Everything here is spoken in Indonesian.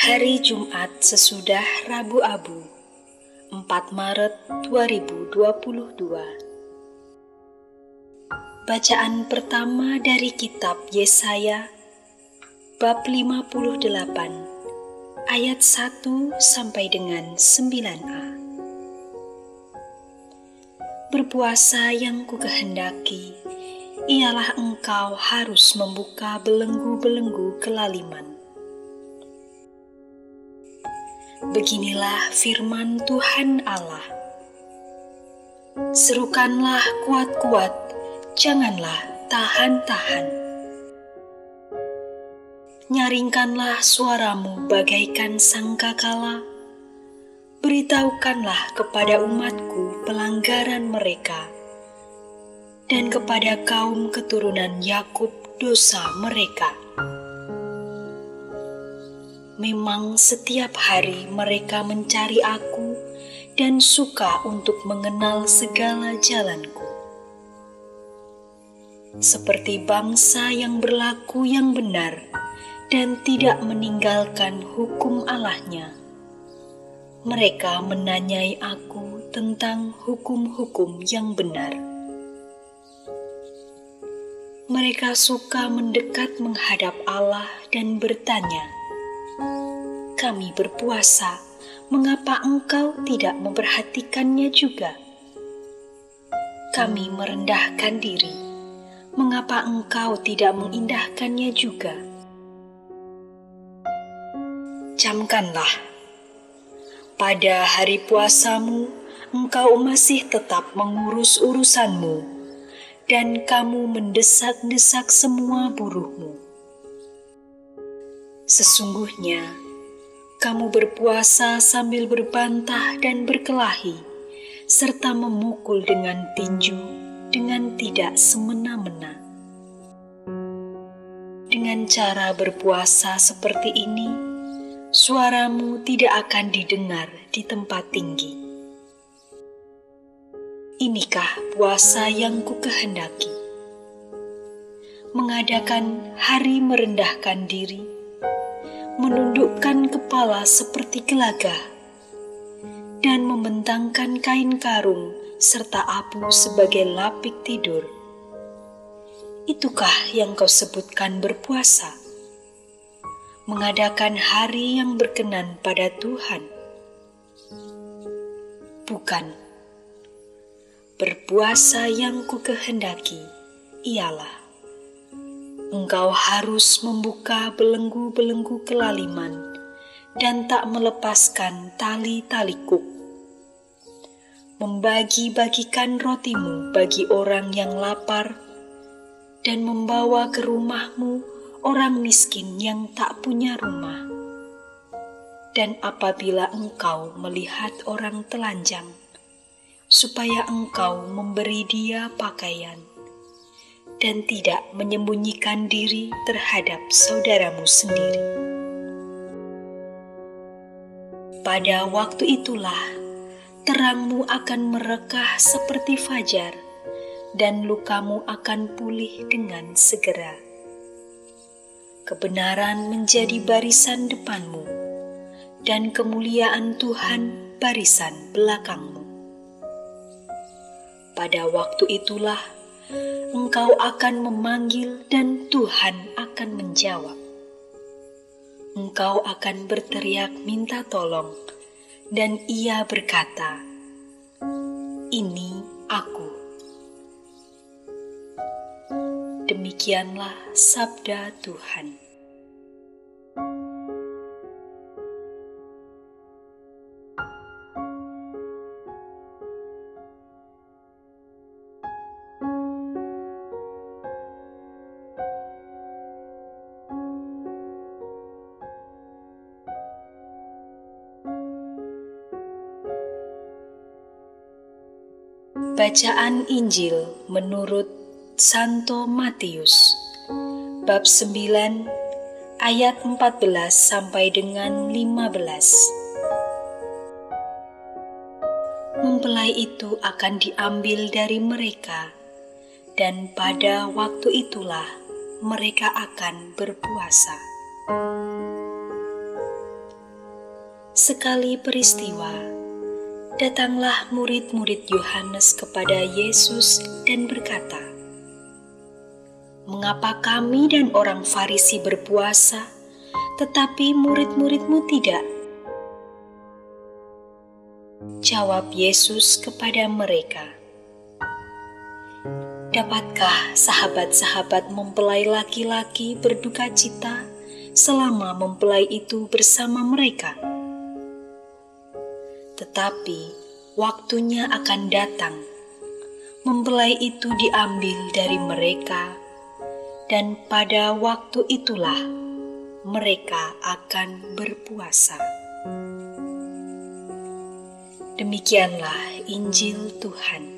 Hari Jumat sesudah Rabu Abu, 4 Maret 2022. Bacaan pertama dari kitab Yesaya, bab 58, ayat 1 sampai dengan 9a. Berpuasa yang kukehendaki, ialah engkau harus membuka belenggu-belenggu kelaliman. Beginilah firman Tuhan Allah. Serukanlah kuat-kuat, janganlah tahan-tahan. Nyaringkanlah suaramu bagaikan sangkakala. Beritahukanlah kepada umatku pelanggaran mereka, dan kepada kaum keturunan Yakub dosa mereka. Memang setiap hari mereka mencari aku dan suka untuk mengenal segala jalanku. Seperti bangsa yang berlaku yang benar dan tidak meninggalkan hukum Allahnya, mereka menanyai aku tentang hukum-hukum yang benar. Mereka suka mendekat menghadap Allah dan bertanya, "Kami berpuasa, mengapa engkau tidak memperhatikannya juga? Kami merendahkan diri, mengapa engkau tidak mengindahkannya juga?" Camkanlah, pada hari puasamu engkau masih tetap mengurus urusanmu, dan kamu mendesak-desak semua buruhmu. Sesungguhnya kamu berpuasa sambil berbantah dan berkelahi, serta memukul dengan tinju dengan tidak semena-mena. Dengan cara berpuasa seperti ini, suaramu tidak akan didengar di tempat tinggi. Inikah puasa yang kukehendaki? Mengadakan hari merendahkan diri, menundukkan kepala seperti gelagah, dan membentangkan kain karung serta abu sebagai lapik tidur. Itukah yang kau sebutkan berpuasa? Mengadakan hari yang berkenan pada Tuhan? Bukan. Berpuasa yang kukehendaki ialah engkau harus membuka belenggu-belenggu kelaliman dan tak melepaskan tali-tali kuk. Membagi-bagikan rotimu bagi orang yang lapar dan membawa ke rumahmu orang miskin yang tak punya rumah. Dan apabila engkau melihat orang telanjang, supaya engkau memberi dia pakaian, dan tidak menyembunyikan diri terhadap saudaramu sendiri. Pada waktu itulah terangmu akan merekah seperti fajar, dan lukamu akan pulih dengan segera. Kebenaran menjadi barisan depanmu, dan kemuliaan Tuhan barisan belakangmu. Pada waktu itulah engkau akan memanggil dan Tuhan akan menjawab. Engkau akan berteriak minta tolong, dan Ia berkata, "Ini aku." Demikianlah sabda Tuhan. Bacaan Injil menurut Santo Matius, bab 9, ayat 14 sampai dengan 15. Mempelai itu akan diambil dari mereka, dan pada waktu itulah mereka akan berpuasa. Sekali peristiwa, datanglah murid-murid Yohanes kepada Yesus dan berkata, "Mengapa kami dan orang Farisi berpuasa, tetapi murid-murid-mu tidak?" Jawab Yesus kepada mereka, "Dapatkah sahabat-sahabat mempelai laki-laki berduka cita selama mempelai itu bersama mereka? Tetapi waktunya akan datang, mempelai itu diambil dari mereka, dan pada waktu itulah mereka akan berpuasa." Demikianlah Injil Tuhan.